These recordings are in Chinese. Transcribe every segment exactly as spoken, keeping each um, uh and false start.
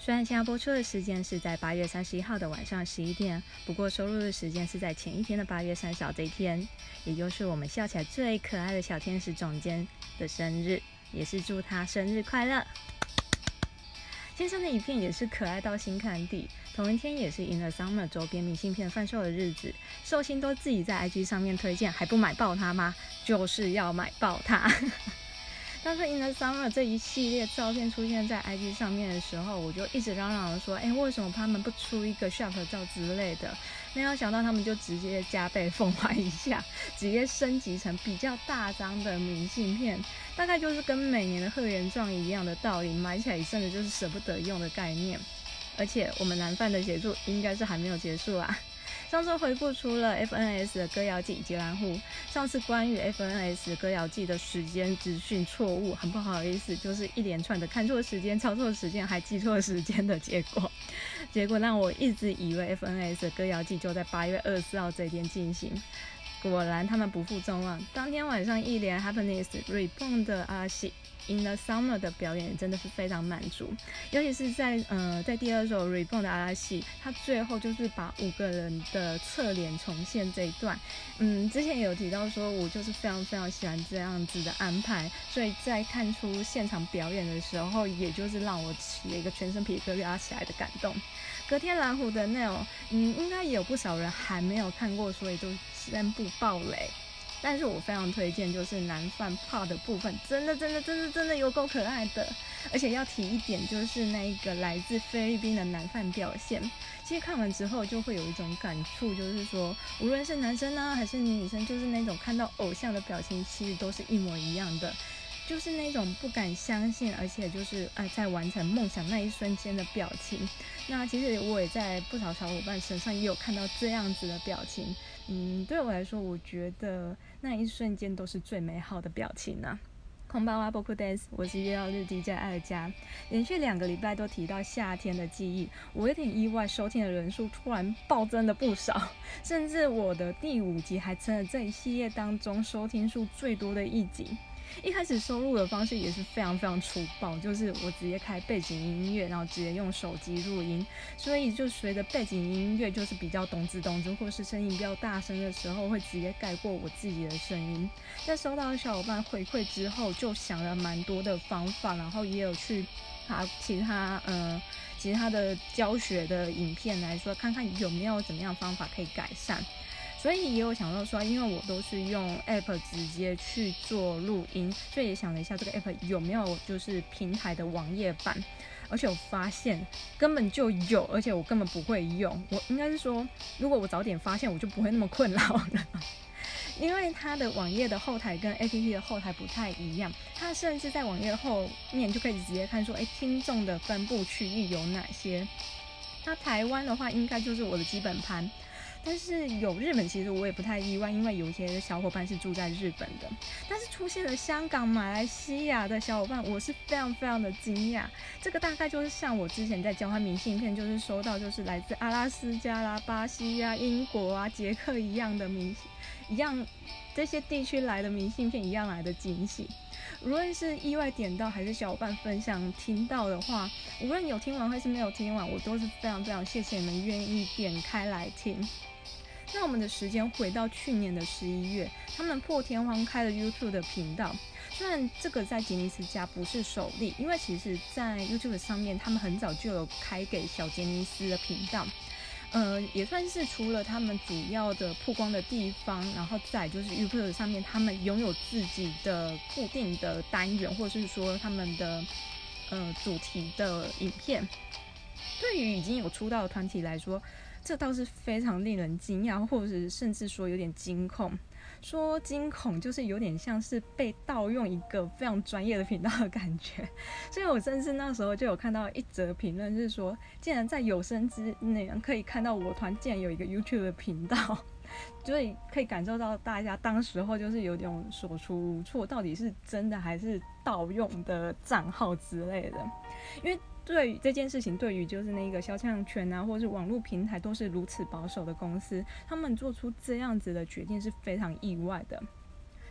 虽然现在播出的时间是在八月三十一号的晚上十一点，不过收录的时间是在前一天的八月三十号这一天，也就是我们笑起来最可爱的小天使总监的生日，也是祝他生日快乐。先生的影片也是可爱到心坎底，同一天也是 In the Summer 周边明信片贩售的日子，寿星都自己在 I G 上面推荐，还不买爆它吗？就是要买爆它。当时 In the Summer 这一系列照片出现在 I G 上面的时候，我就一直嚷嚷说，哎，为什么他们不出一个 shop 照之类的？没有想到他们就直接加倍奉还一下，直接升级成比较大张的明信片，大概就是跟每年的贺元状一样的道理，买起来真的就是舍不得用的概念。而且我们南范的协助应该是还没有结束啊。上周回顾出了 F N S 的歌谣季以及蓝湖，上次关于 F N S 歌谣季的时间资讯错误，很不好意思，就是一连串的看错时间、抄错时间还记错时间的结果，结果让我一直以为 F N S 的歌谣季就在八月二十四号这一天进行。果然他们不负众望，当天晚上一连 Happiness、Reborn 的阿喜 In the Summer 的表演真的是非常满足，尤其是在呃在第二首 Reborn 的阿喜，他最后就是把五个人的侧脸重现这一段，嗯，之前也有提到说我就是非常非常喜欢这样子的安排，所以在看出现场表演的时候，也就是让我起了一个全身皮疙瘩起来的感动。隔天蓝湖的 Nail， 嗯，应该也有不少人还没有看过，所以就宣布爆雷。但是我非常推荐，就是南范 part 的部分，真的真的真的真的有够可爱的。而且要提一点，就是那一个来自菲律宾的南范表现，其实看完之后就会有一种感触，就是说，无论是男生呢、啊、还是女生，就是那种看到偶像的表情，其实都是一模一样的。就是那种不敢相信，而且就是呃在完成梦想那一瞬间的表情。那其实我也在不少小伙伴身上也有看到这样子的表情。嗯，对我来说，我觉得那一瞬间都是最美好的表情啊。空巴哇波库 dance， 我是月曜日记在爱的家，连续两个礼拜都提到夏天的记忆，我有点意外，收听的人数突然暴增了不少，甚至我的第五集还成了这一系列当中收听数最多的一集。一开始收录的方式也是非常非常粗暴，就是我直接开背景音乐，然后直接用手机录音，所以就随着背景音乐就是比较咚吱咚吱，或是声音比较大声的时候，会直接盖过我自己的声音。在收到小伙伴回馈之后，就想了蛮多的方法，然后也有去爬其他呃其他的教学的影片来说，看看有没有怎么样方法可以改善。所以也有想到说，因为我都是用 app 直接去做录音，所以也想了一下这个 app 有没有就是平台的网页版，而且我发现根本就有，而且我根本不会用。我应该是说，如果我早点发现，我就不会那么困扰了。因为它的网页的后台跟 A P P 的后台不太一样，它甚至在网页的后面就可以直接看说，哎，听众的分布区域有哪些。那台湾的话，应该就是我的基本盘。但是有日本，其实我也不太意外，因为有一些小伙伴是住在日本的。但是出现了香港、马来西亚的小伙伴，我是非常非常的惊讶。这个大概就是像我之前在交换明信片，就是收到就是来自阿拉斯加啦、巴西啊、英国啊、捷克一样的明一样这些地区来的明信片一样来的惊喜。无论是意外点到还是小伙伴分享听到的话，无论有听完还是没有听完，我都是非常非常谢谢你们愿意点开来听。那我们的时间回到去年的十一月，他们破天荒开了 YouTube 的频道。虽然这个在吉尼斯家不是首例，因为其实在 YouTube 上面他们很早就有开给小杰尼斯的频道，呃，也算是除了他们主要的曝光的地方，然后再来就是 YouTube 上面他们拥有自己的固定的单元，或者是说他们的呃主题的影片。对于已经有出道的团体来说，这倒是非常令人惊讶，或者甚至说有点惊恐。说惊恐就是有点像是被盗用一个非常专业的频道的感觉。所以我甚至那时候就有看到一则评论是说，竟然在有生之年可以看到我团竟然有一个 YouTube 的频道，所以可以感受到大家当时候就是有点所出无措，到底是真的还是盗用的账号之类的。因为对于这件事情，对于就是那个肖像权啊，或是网络平台都是如此保守的公司，他们做出这样子的决定是非常意外的。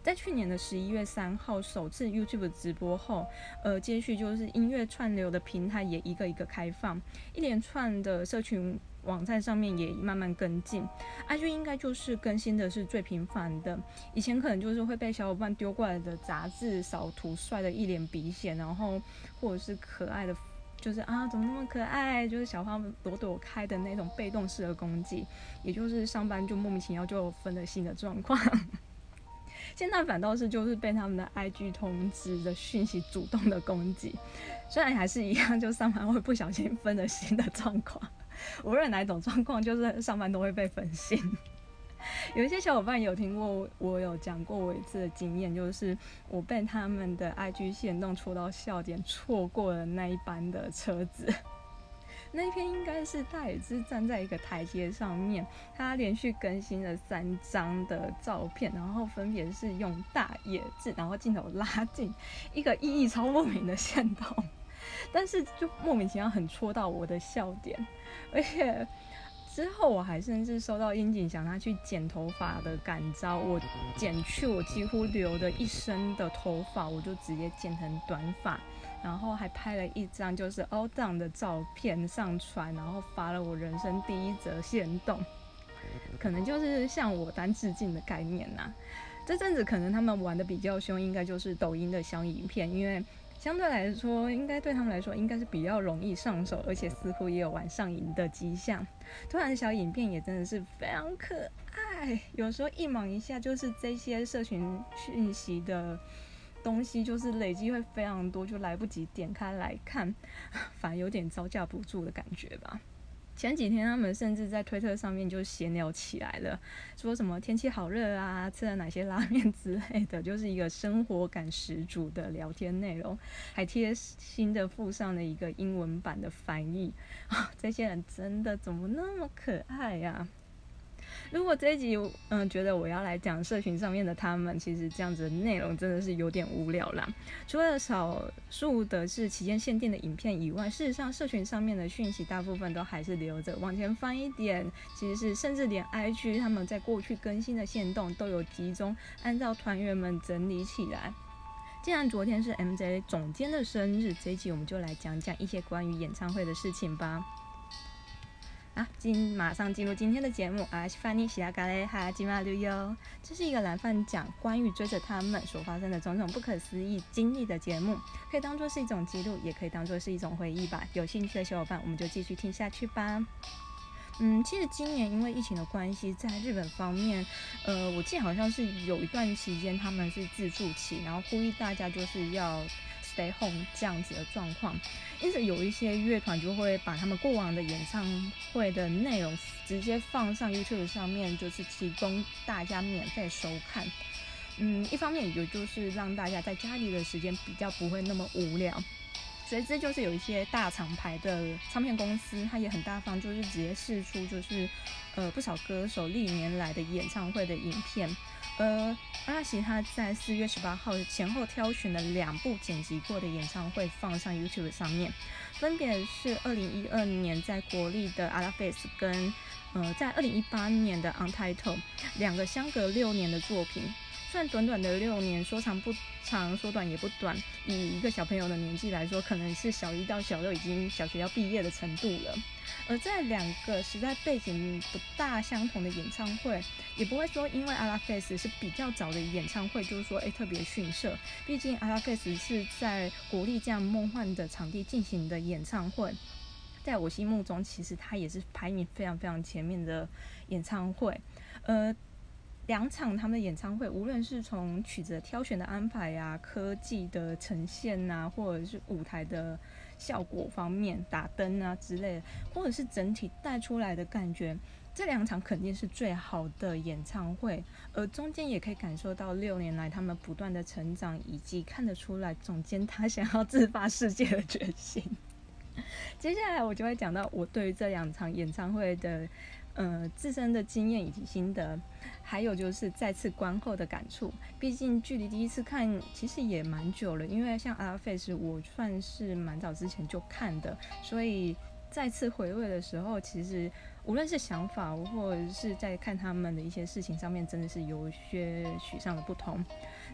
在去年的十一月三号首次 YouTube 直播后，呃，接续就是音乐串流的平台也一个一个开放，一连串的社群网站上面也慢慢跟进。I G 应该就是更新的是最频繁的，以前可能就是会被小伙伴丢过来的杂志扫图帅的一脸鼻血，然后或者是可爱的。就是啊，怎么那么可爱？就是小花朵朵开的那种被动式的攻击，也就是上班就莫名其妙就分了心的状况。现在反倒是就是被他们的 I G 通知的讯息主动的攻击，虽然还是一样，就上班会不小心分了心的状况。无论哪种状况，就是上班都会被分心。有一些小伙伴有听过我有讲过我一次的经验，就是我被他们的 I G 限动戳到笑点，错过了那一班的车子。那一篇应该是他也是站在一个台阶上面，他连续更新了三张的照片，然后分别是用大野字，然后镜头拉近，一个意义超不明的限动，但是就莫名其妙很戳到我的笑点，而且之后我还甚至收到樱井翔他去剪头发的感召，我剪去我几乎留的一身的头发，我就直接剪成短发，然后还拍了一张就是 all down 的照片上传，然后发了我人生第一则限动，可能就是向我单致敬的概念呐、啊。这阵子可能他们玩的比较凶，应该就是抖音的小影片，因为相对来说，应该对他们来说应该是比较容易上手，而且似乎也有玩上瘾的迹象。突然小影片也真的是非常可爱，有时候一忙一下，就是这些社群讯息的东西就是累积会非常多，就来不及点开来看，反而有点招架不住的感觉吧。前几天他们甚至在推特上面就闲聊起来了，说什么天气好热啊，吃了哪些拉面之类的，就是一个生活感十足的聊天内容，还贴心的附上了一个英文版的翻译、哦、这些人真的怎么那么可爱呀、啊？如果这一集嗯觉得我要来讲社群上面的他们，其实这样子的内容真的是有点无聊啦。除了少数的是期间限定的影片以外，事实上社群上面的讯息大部分都还是留着。往前翻一点，其实是甚至连 I G 他们在过去更新的限动都有集中按照团员们整理起来。既然昨天是 M J 总监的生日，这一集我们就来讲讲一些关于演唱会的事情吧。啊，今马上进入今天的节目啊，是范尼西亚嘎雷哈吉马旅游。这是一个蓝饭讲关于追着他们所发生的种种不可思议经历的节目，可以当作是一种记录，也可以当作是一种回忆吧。有兴趣的小伙伴，我们就继续听下去吧。嗯，其实今年因为疫情的关系，在日本方面，呃，我记得好像是有一段期间他们是自助期，然后呼吁大家就是要 stay home 这样子的状况，因此有一些乐团就会把他们过往的演唱会的内容直接放上 YouTube 上面，就是提供大家免费收看。嗯，一方面也就是让大家在家里的时间比较不会那么无聊。随之就是有一些大厂牌的唱片公司，它也很大方，就是直接释出就是呃不少歌手历年来的演唱会的影片。呃，阿拉西他在四月十八号前后挑选了两部剪辑过的演唱会放上 YouTube 上面，分别是二零一二年在国立的 Alafest 跟呃在二零一八年的 Untitled 两个相隔六年的作品。虽然短短的六年，说长不长，说短也不短，以一个小朋友的年纪来说，可能是小一到小六已经小学要毕业的程度了。而在两个时代背景不大相同的演唱会，也不会说因为 Alafest 是比较早的演唱会，就是说哎特别逊色。毕竟 Alafest 是在国立这样梦幻的场地进行的演唱会，在我心目中，其实它也是排名非常非常前面的演唱会。呃。两场他们的演唱会，无论是从曲子的挑选的安排啊、科技的呈现啊，或者是舞台的效果方面、打灯啊之类的，或者是整体带出来的感觉，这两场肯定是最好的演唱会。而中间也可以感受到六年来他们不断的成长，以及看得出来总监他想要自发世界的决心。接下来我就会讲到我对于这两场演唱会的呃自身的经验以及心得，还有就是再次观后的感触。毕竟距离第一次看其实也蛮久了，因为像 Alafest 我算是蛮早之前就看的，所以再次回味的时候，其实无论是想法或者是在看他们的一些事情上面，真的是有些许上的不同。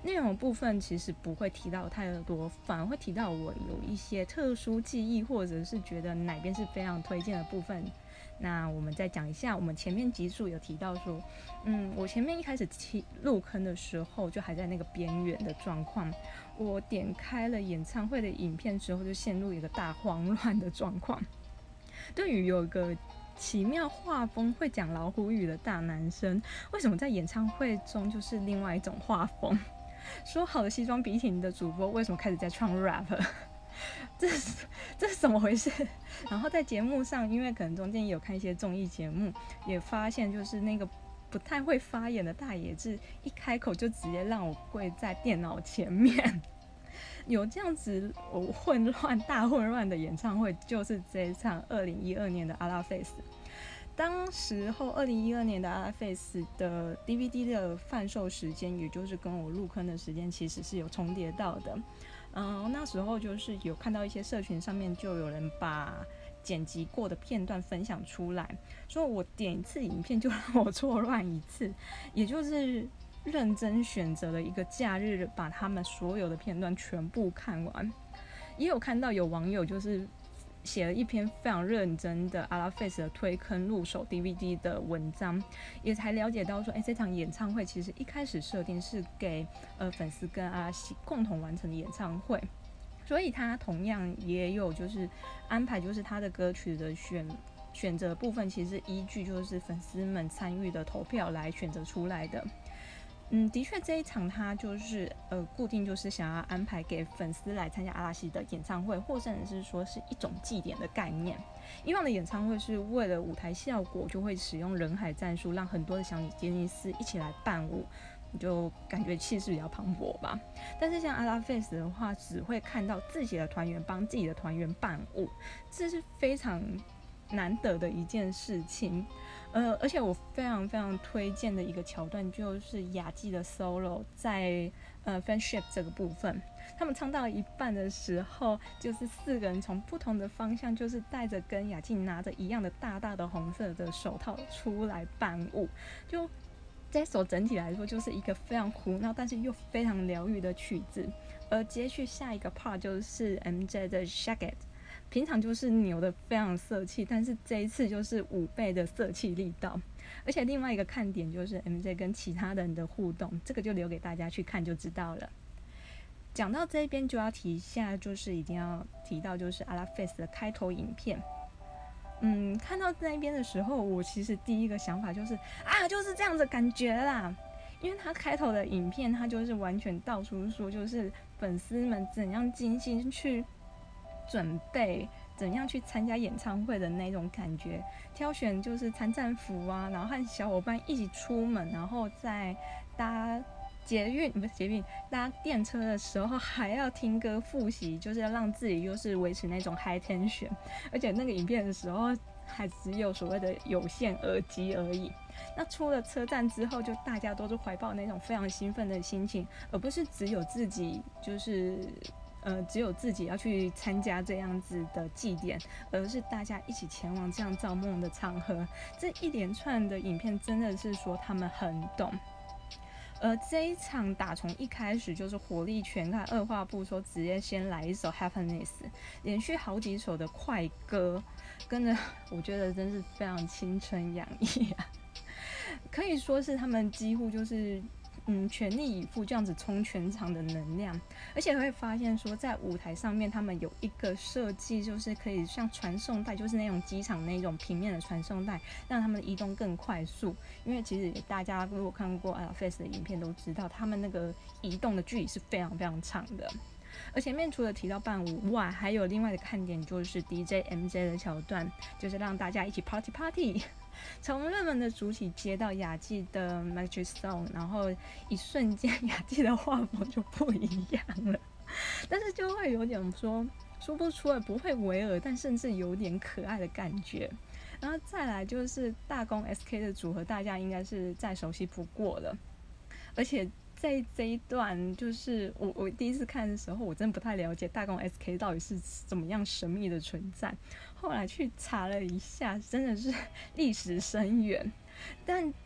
内容部分其实不会提到太多，反而会提到我有一些特殊记忆，或者是觉得哪边是非常推荐的部分。那我们再讲一下，我们前面集数有提到说，嗯，我前面一开始入坑的时候就还在那个边缘的状况，我点开了演唱会的影片之后，就陷入一个大慌乱的状况。对于有一个奇妙画风会讲老虎语的大男生，为什么在演唱会中就是另外一种画风？说好的西装笔挺的主播为什么开始在唱 rap？ 这是这是怎么回事？然后在节目上，因为可能中间也有看一些综艺节目，也发现就是那个不太会发言的大野智，一开口就直接让我跪在电脑前面。有这样子混乱大混乱的演唱会，就是这一场二零一二年的阿拉 face。当时候二零一二年的阿拉 face 的 D V D 的贩售时间，也就是跟我入坑的时间其实是有重叠到的。嗯，那时候就是有看到一些社群上面就有人把剪辑过的片段分享出来，说我点一次影片就让我错乱一次，也就是认真选择了一个假日把他们所有的片段全部看完。也有看到有网友就是写了一篇非常认真的阿拉 face 的推坑入手 D V D 的文章，也才了解到说，哎，这场演唱会其实一开始设定是给呃粉丝跟阿拉西共同完成的演唱会，所以他同样也有就是安排，就是他的歌曲的选选择部分，其实依据就是粉丝们参与的投票来选择出来的。嗯，的确这一场他就是呃固定就是想要安排给粉丝来参加阿拉西的演唱会，或甚至是说是一种祭典的概念。以往的演唱会是为了舞台效果，就会使用人海战术，让很多的小杰尼斯一起来伴舞，你就感觉气势比较磅礴吧。但是像阿拉 face 的话，只会看到自己的团员帮自己的团员伴舞，这是非常难得的一件事情。呃，而且我非常非常推荐的一个桥段就是雅纪的 solo 在呃 friendship 这个部分，他们唱到一半的时候，就是四个人从不同的方向，就是带着跟雅纪拿着一样的大大的红色的手套出来伴舞，就这首整体来说就是一个非常胡闹但是又非常疗愈的曲子。而接续下一个 part 就是 M J 的 Shake It，平常就是扭的非常色气，但是这一次就是五倍的色气力道。而且另外一个看点就是 M J 跟其他人的互动，这个就留给大家去看就知道了。讲到这边就要提一下，就是一定要提到就是阿拉 face 的开头影片。嗯，看到那边的时候，我其实第一个想法就是啊，就是这样子感觉啦。因为他开头的影片，他就是完全道出说，就是粉丝们怎样精心去准备，怎样去参加演唱会的那种感觉，挑选就是参战服啊，然后和小伙伴一起出门，然后在搭捷运不是捷运搭电车的时候还要听歌复习，就是要让自己就是维持那种 high tension， 而且那个影片的时候还只有所谓的有线耳机而已。那出了车站之后，就大家都是怀抱那种非常兴奋的心情，而不是只有自己就是呃，只有自己要去参加这样子的祭典，而是大家一起前往这样造梦的场合。这一连串的影片真的是说他们很懂。而这一场打从一开始就是火力全开，二话不说直接先来一首 Happiness， 连续好几首的快歌，跟着我觉得真是非常青春洋溢啊，可以说是他们几乎就是嗯，全力以赴这样子冲全场的能量。而且会发现说在舞台上面他们有一个设计，就是可以像传送带，就是那种机场那种平面的传送带，让他们的移动更快速。因为其实大家如果看过 Air Face 的影片都知道，他们那个移动的距离是非常非常长的。而前面除了提到伴舞外，还有另外的看点就是 D J M J 的桥段，就是让大家一起 party party， 从热门的主体接到雅纪的 Magic Song， 然后一瞬间雅纪的画风就不一样了，但是就会有点说说不出来，不会违和，但甚至有点可爱的感觉。然后再来就是大宫 S K 的组合，大家应该是再熟悉不过了，而且在这一段，就是我我第一次看的时候，我真的不太了解大宫 S K 到底是怎么样神秘的存在。后来去查了一下，真的是历史深远。但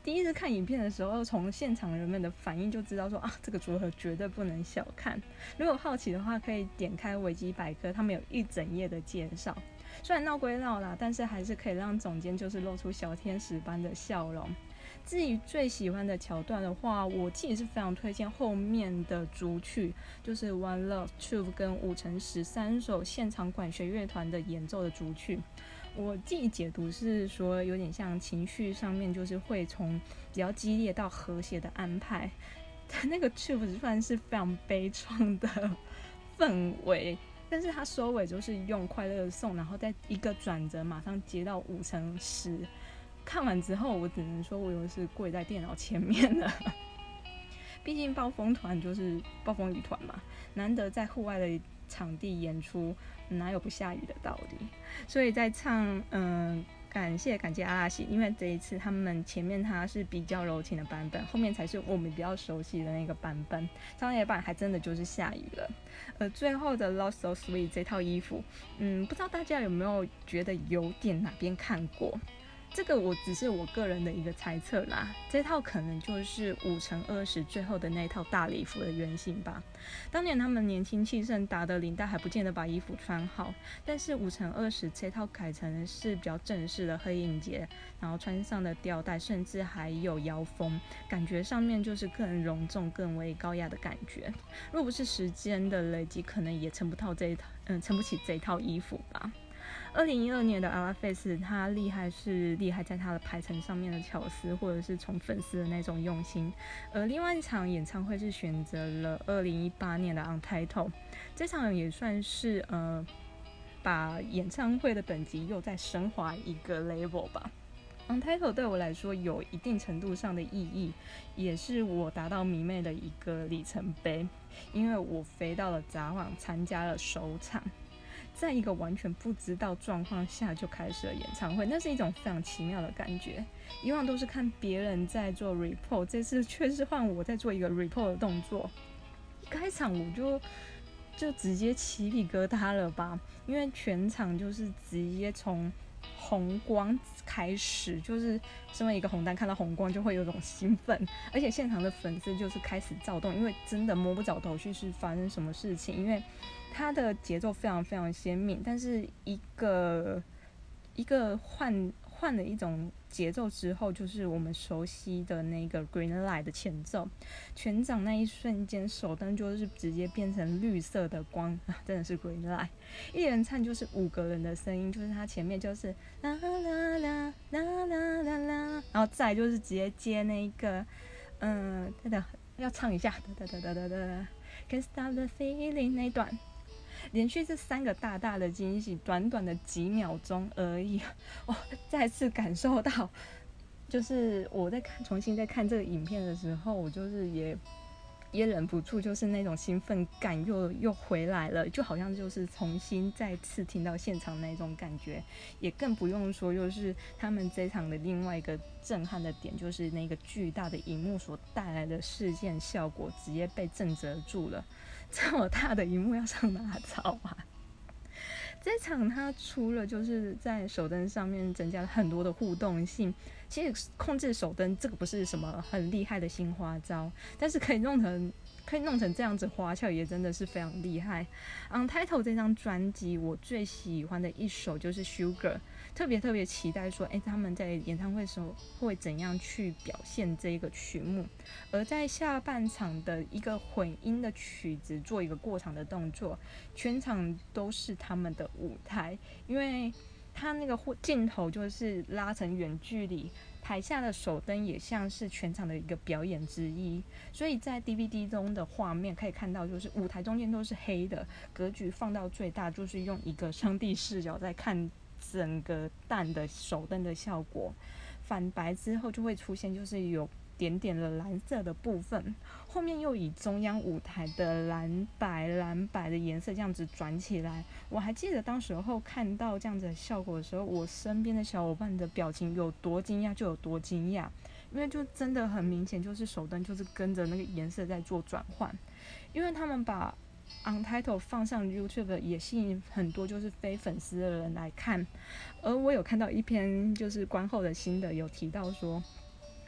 第一次看影片的时候，从现场人们的反应就知道说啊，这个组合绝对不能小看。如果好奇的话，可以点开维基百科，他们有一整页的介绍。虽然闹归闹啦，但是还是可以让总监就是露出小天使般的笑容。至于最喜欢的桥段的话，我自己是非常推荐后面的主曲，就是 One Love、Truth 跟五乘十三首现场管弦乐团的演奏的主曲。我自己解读是说，有点像情绪上面就是会从比较激烈到和谐的安排。那个 Truth 算是非常悲怆的氛围，但是他收尾就是用快乐的颂，然后再一个转折，马上接到五乘十。看完之后，我只能说我又是跪在电脑前面了。毕竟暴风团就是暴风雨团嘛，难得在户外的场地演出，哪有不下雨的道理？所以在唱，嗯，感谢感谢阿拉西，因为这一次他们前面他是比较柔情的版本，后面才是我们比较熟悉的那个版本。唱到一半还真的就是下雨了。呃，最后的 Lost So Sweet 这套衣服，嗯，不知道大家有没有觉得有点哪边看过？这个我只是我个人的一个猜测啦，这套可能就是五乘二十最后的那套大礼服的原型吧。当年他们年轻气盛，打的领带还不见得把衣服穿好，但是五乘二十这套改成是比较正式的黑影结，然后穿上的吊带，甚至还有腰封，感觉上面就是更隆重、更为高雅的感觉。若不是时间的累积，可能也撑不到这一套，嗯，撑不起这一套衣服吧。二零一二年的 Ella Face， 他厉害是厉害在他的排程上面的巧思，或者是从粉丝的那种用心。而另外一场演唱会是选择了二零一八年的 Untitled， 这场也算是呃把演唱会的等级又再升华一个 level 吧。Untitled 对我来说有一定程度上的意义，也是我达到迷妹的一个里程碑，因为我飞到了札幌参加了首场。在一个完全不知道状况下就开始了演唱会，那是一种非常奇妙的感觉。以往都是看别人在做 report， 这次却是换我在做一个 report 的动作。一开场我就就直接起皮疙瘩了吧，因为全场就是直接从红光开始，就是身为一个红单看到红光就会有种兴奋，而且现场的粉丝就是开始躁动，因为真的摸不着头绪是发生什么事情，因为它的节奏非常非常鲜明，但是一个一个换换了一种节奏之后，就是我们熟悉的那个 Green Light 的前奏，全场那一瞬间手灯就是直接变成绿色的光，啊、真的是 Green Light。一连串就是五个人的声音，就是他前面就是啦啦啦啦啦啦啦，然后再就是直接接那个，嗯，等等要唱一下，哒哒哒哒哒 ，Can't Stop the Feeling 那一段。连续这三个大大的惊喜，短短的几秒钟而已，我再次感受到，就是我在看重新在看这个影片的时候，我就是也也忍不住，就是那种兴奋感又又回来了，就好像就是重新再次听到现场那种感觉，也更不用说，就是他们这场的另外一个震撼的点，就是那个巨大的荧幕所带来的事件效果，直接被震慑住了。这么大的荧幕要上哪找啊？这场它除了就是在手灯上面增加了很多的互动性，其实控制手灯这个不是什么很厉害的新花招，但是可以弄成可以弄成这样子花俏，也真的是非常厉害。Untitled 这张专辑我最喜欢的一首就是 Sugar， 特别特别期待说，哎，他们在演唱会的时候会怎样去表现这个曲目。而在下半场的一个混音的曲子做一个过场的动作，全场都是他们的舞台，因为他那个镜头就是拉成远距离，台下的手灯也像是全场的一个表演之一，所以在 D V D 中的画面可以看到，就是舞台中间都是黑的，格局放到最大，就是用一个上帝视角在看整个淡的手灯的效果，反白之后就会出现就是有点点的蓝色的部分，后面又以中央舞台的蓝白蓝白的颜色这样子转起来。我还记得当时候看到这样子的效果的时候，我身边的小伙伴的表情有多惊讶就有多惊讶，因为就真的很明显，就是手灯就是跟着那个颜色在做转换。因为他们把 Untitled 放上 YouTube 也吸引很多就是非粉丝的人来看，而我有看到一篇就是观后的心得有提到说，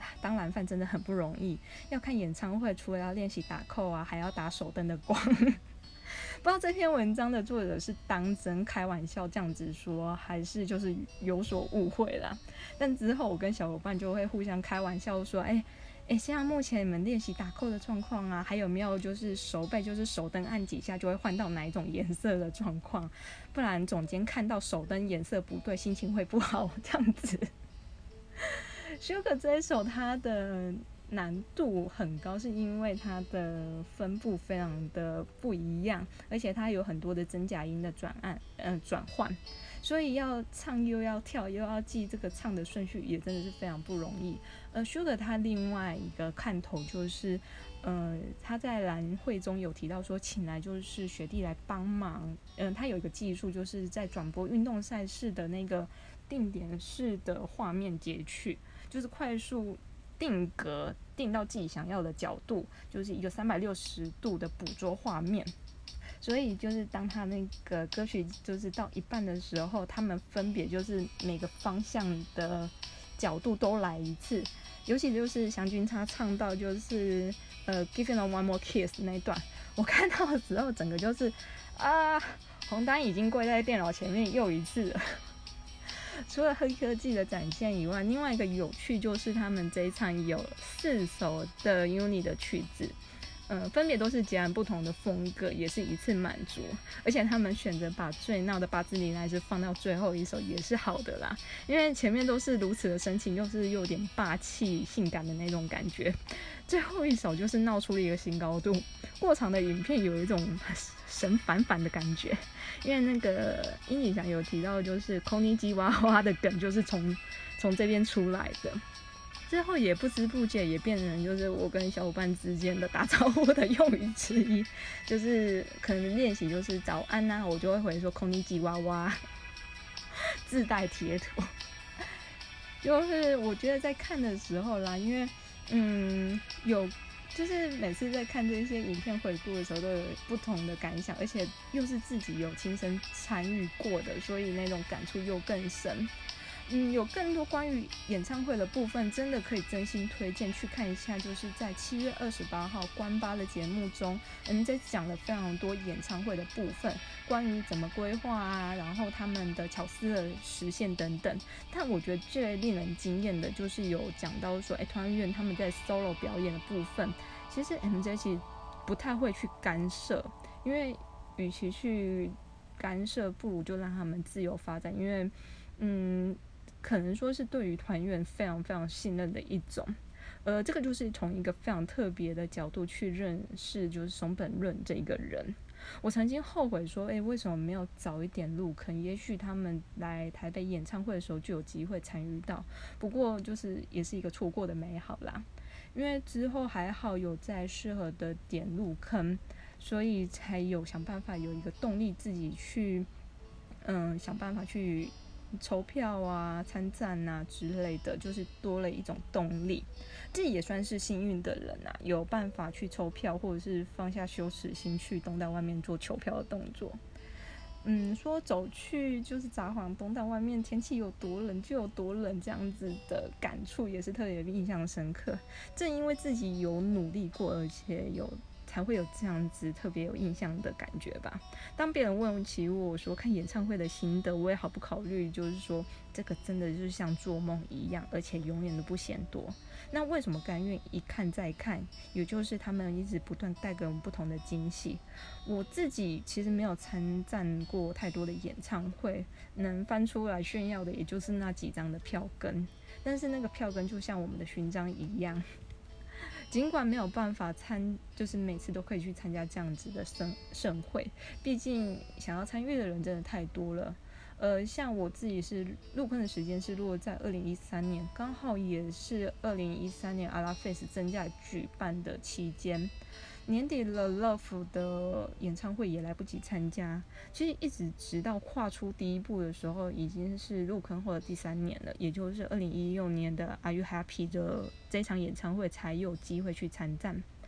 当蓝饭真的很不容易。要看演唱会，除了要练习打扣啊，还要打手灯的光。不知道这篇文章的作者是当真开玩笑这样子说，还是就是有所误会啦。但之后我跟小伙伴就会互相开玩笑说，哎、欸、哎、欸，现在目前你们练习打扣的状况啊，还有没有就是手背就是手灯按几下就会换到哪一种颜色的状况？不然总监看到手灯颜色不对，心情会不好这样子。Sugar 这一首它的难度很高，是因为它的分布非常的不一样，而且它有很多的真假音的转按，嗯、呃，转换，所以要唱又要跳又要记这个唱的顺序，也真的是非常不容易。呃 ，Sugar 他另外一个看头就是，呃，他在蓝会中有提到说，请来就是学弟来帮忙。嗯、呃，他有一个技术，就是在转播运动赛事的那个定点式的画面截取，就是快速定格定到自己想要的角度，就是一个三百六十度的捕捉画面。所以就是当他那个歌曲就是到一半的时候，他们分别就是每个方向的角度都来一次，尤其就是祥君他唱到就是呃 Give You One More Kiss 那一段，我看到的时候整个就是啊，洪丹已经跪在电脑前面又一次了。除了黑科技的展现以外，另外一个有趣就是他们这一场有四首的 Uni 的曲子，嗯，分别都是截然不同的风格，也是一次满足。而且他们选择把最闹的巴兹里莱斯放到最后一首也是好的啦，因为前面都是如此的深情，又是有点霸气性感的那种感觉，最后一首就是闹出了一个新高度。过长的影片有一种神反反的感觉，因为那个殷景祥有提到，就是空尼吉娃娃的梗就是从从这边出来的。之后也不知不觉也变成就是我跟小伙伴之间的打招呼的用语之一，就是可能练习就是早安啊，我就会回说空尼吉娃娃，自带贴图。就是我觉得在看的时候啦，因为嗯有就是每次在看这些影片回顾的时候都有不同的感想，而且又是自己有亲身参与过的，所以那种感触又更深。嗯，有更多关于演唱会的部分，真的可以真心推荐去看一下。就是在七月二十八号关八的节目中，嗯，在讲了非常多演唱会的部分，关于怎么规划啊，然后他们的巧思的实现等等。但我觉得最令人惊艳的就是有讲到说，哎，团员他们在 solo 表演的部分，其实 M J 其实不太会去干涉，因为与其去干涉，不如就让他们自由发展，因为嗯。可能说是对于团员非常非常信任的一种，呃，这个就是从一个非常特别的角度去认识，就是松本润这一个人。我曾经后悔说，哎，为什么没有早一点入坑？也许他们来台北演唱会的时候就有机会参与到，不过就是也是一个错过的美好啦。因为之后还好有在适合的点入坑，所以才有想办法有一个动力自己去，嗯，想办法去。筹票啊、参战啊之类的，就是多了一种动力。自己也算是幸运的人啊，有办法去抽票，或者是放下羞耻心去东大外面做求票的动作。嗯，说走去就是札幌东大外面，天气有多冷就有多冷，这样子的感触也是特别印象深刻。正因为自己有努力过，而且有。才会有这样子特别有印象的感觉吧。当别人问起我说看演唱会的心得，我也毫不考虑，就是说这个真的就是像做梦一样，而且永远都不嫌多。那为什么甘愿一看再看？也就是他们一直不断带给我们不同的惊喜。我自己其实没有参战过太多的演唱会，能翻出来炫耀的也就是那几张的票根，但是那个票根就像我们的勋章一样。尽管没有办法参，就是每次都可以去参加这样子的盛盛会，毕竟想要参与的人真的太多了。呃，像我自己是入坑的时间是落在二零一三年，刚好也是二零一三年阿拉 Face 正在举办的期间。年底了 Love 的演唱会也来不及参加，其实一直直到跨出第一步的时候，已经是入坑后的第三年了，也就是二零一六年的 Are You Happy 的这场演唱会才有机会去参战。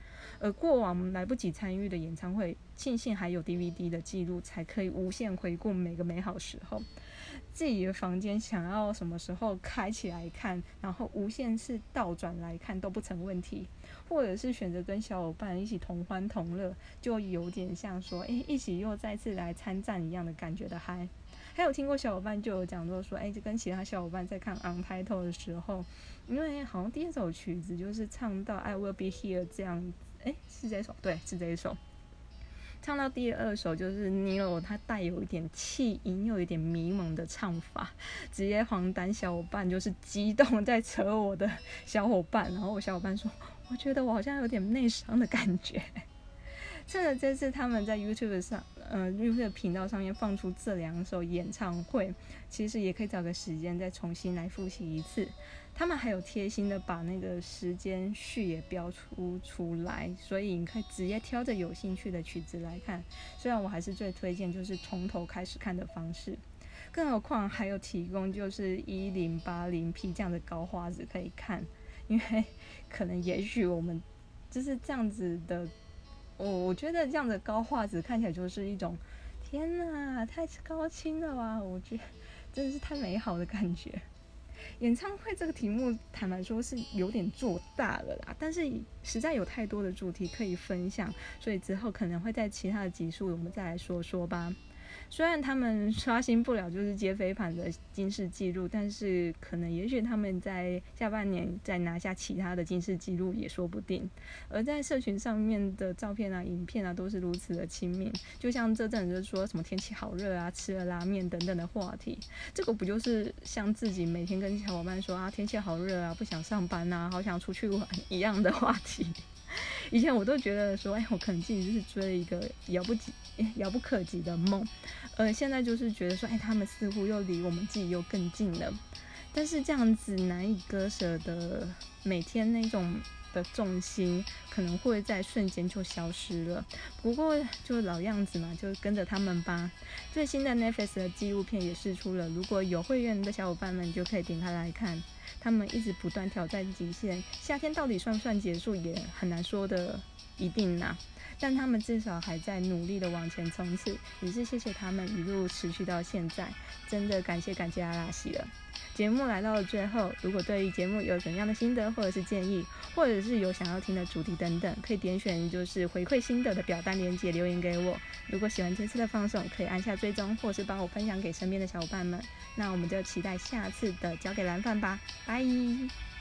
而过往来不及参与的演唱会，庆幸还有 D V D 的记录，才可以无限回顾每个美好时候。自己的房间想要什么时候开起来看，然后无限次倒转来看都不成问题，或者是选择跟小伙伴一起同欢同乐，就有点像说，哎，一起又再次来参战一样的感觉的嗨。还有听过小伙伴就有讲过说，哎，就跟其他小伙伴在看 Untitled 的时候，因为好像第一首曲子就是唱到 I will be here 这样，哎，是这一首，对，是这一首。唱到第二首就是 Nilo， 他带有一点气音又有一点迷蒙的唱法，直接黄疸小伙伴就是激动在扯我的小伙伴，然后我小伙伴说，我觉得我好像有点内伤的感觉。趁着这次他们在 YouTube 上，呃 YouTube 频道上面放出这两首演唱会，其实也可以找个时间再重新来复习一次。他们还有贴心的把那个时间序也标出出来，所以你可以直接挑着有兴趣的曲子来看。虽然我还是最推荐就是从头开始看的方式，更何况还有提供就是一零八零 P 这样的高画质可以看，因为可能也许我们就是这样子的。我我觉得这样的高画质看起来就是一种天哪，太高清了吧！我觉得真的是太美好的感觉。演唱会这个题目，坦白说是有点做大了啦，但是实在有太多的主题可以分享，所以之后可能会在其他的集数我们再来说说吧。虽然他们刷新不了就是接飞盘的金氏纪录，但是可能也许他们在下半年再拿下其他的金氏纪录也说不定。而在社群上面的照片啊、影片啊都是如此的亲密，就像这阵子说什么天气好热啊、吃了拉面等等的话题，这个不就是像自己每天跟小伙伴说啊天气好热啊、不想上班啊、好想出去玩一样的话题。以前我都觉得说，哎，我可能自己就是追了一个遥不及、遥不可及的梦，呃，现在就是觉得说，哎，他们似乎又离我们自己又更近了。但是这样子难以割舍的每天那种的重心，可能会在瞬间就消失了。不过就老样子嘛，就跟着他们吧。最新的 Netflix 的纪录片也释出了，如果有会员的小伙伴们就可以点开来看。他们一直不断挑战极限，夏天到底算不算结束也很难说的一定呐、啊。但他们至少还在努力的往前冲刺，也是谢谢他们一路持续到现在，真的感谢感谢阿拉西了。节目来到了最后，如果对于节目有怎样的心得或者是建议，或者是有想要听的主题等等，可以点选就是回馈心得的表单连结留言给我。如果喜欢这次的放送，可以按下追踪，或是帮我分享给身边的小伙伴们。那我们就期待下次的交给蓝饭吧，拜。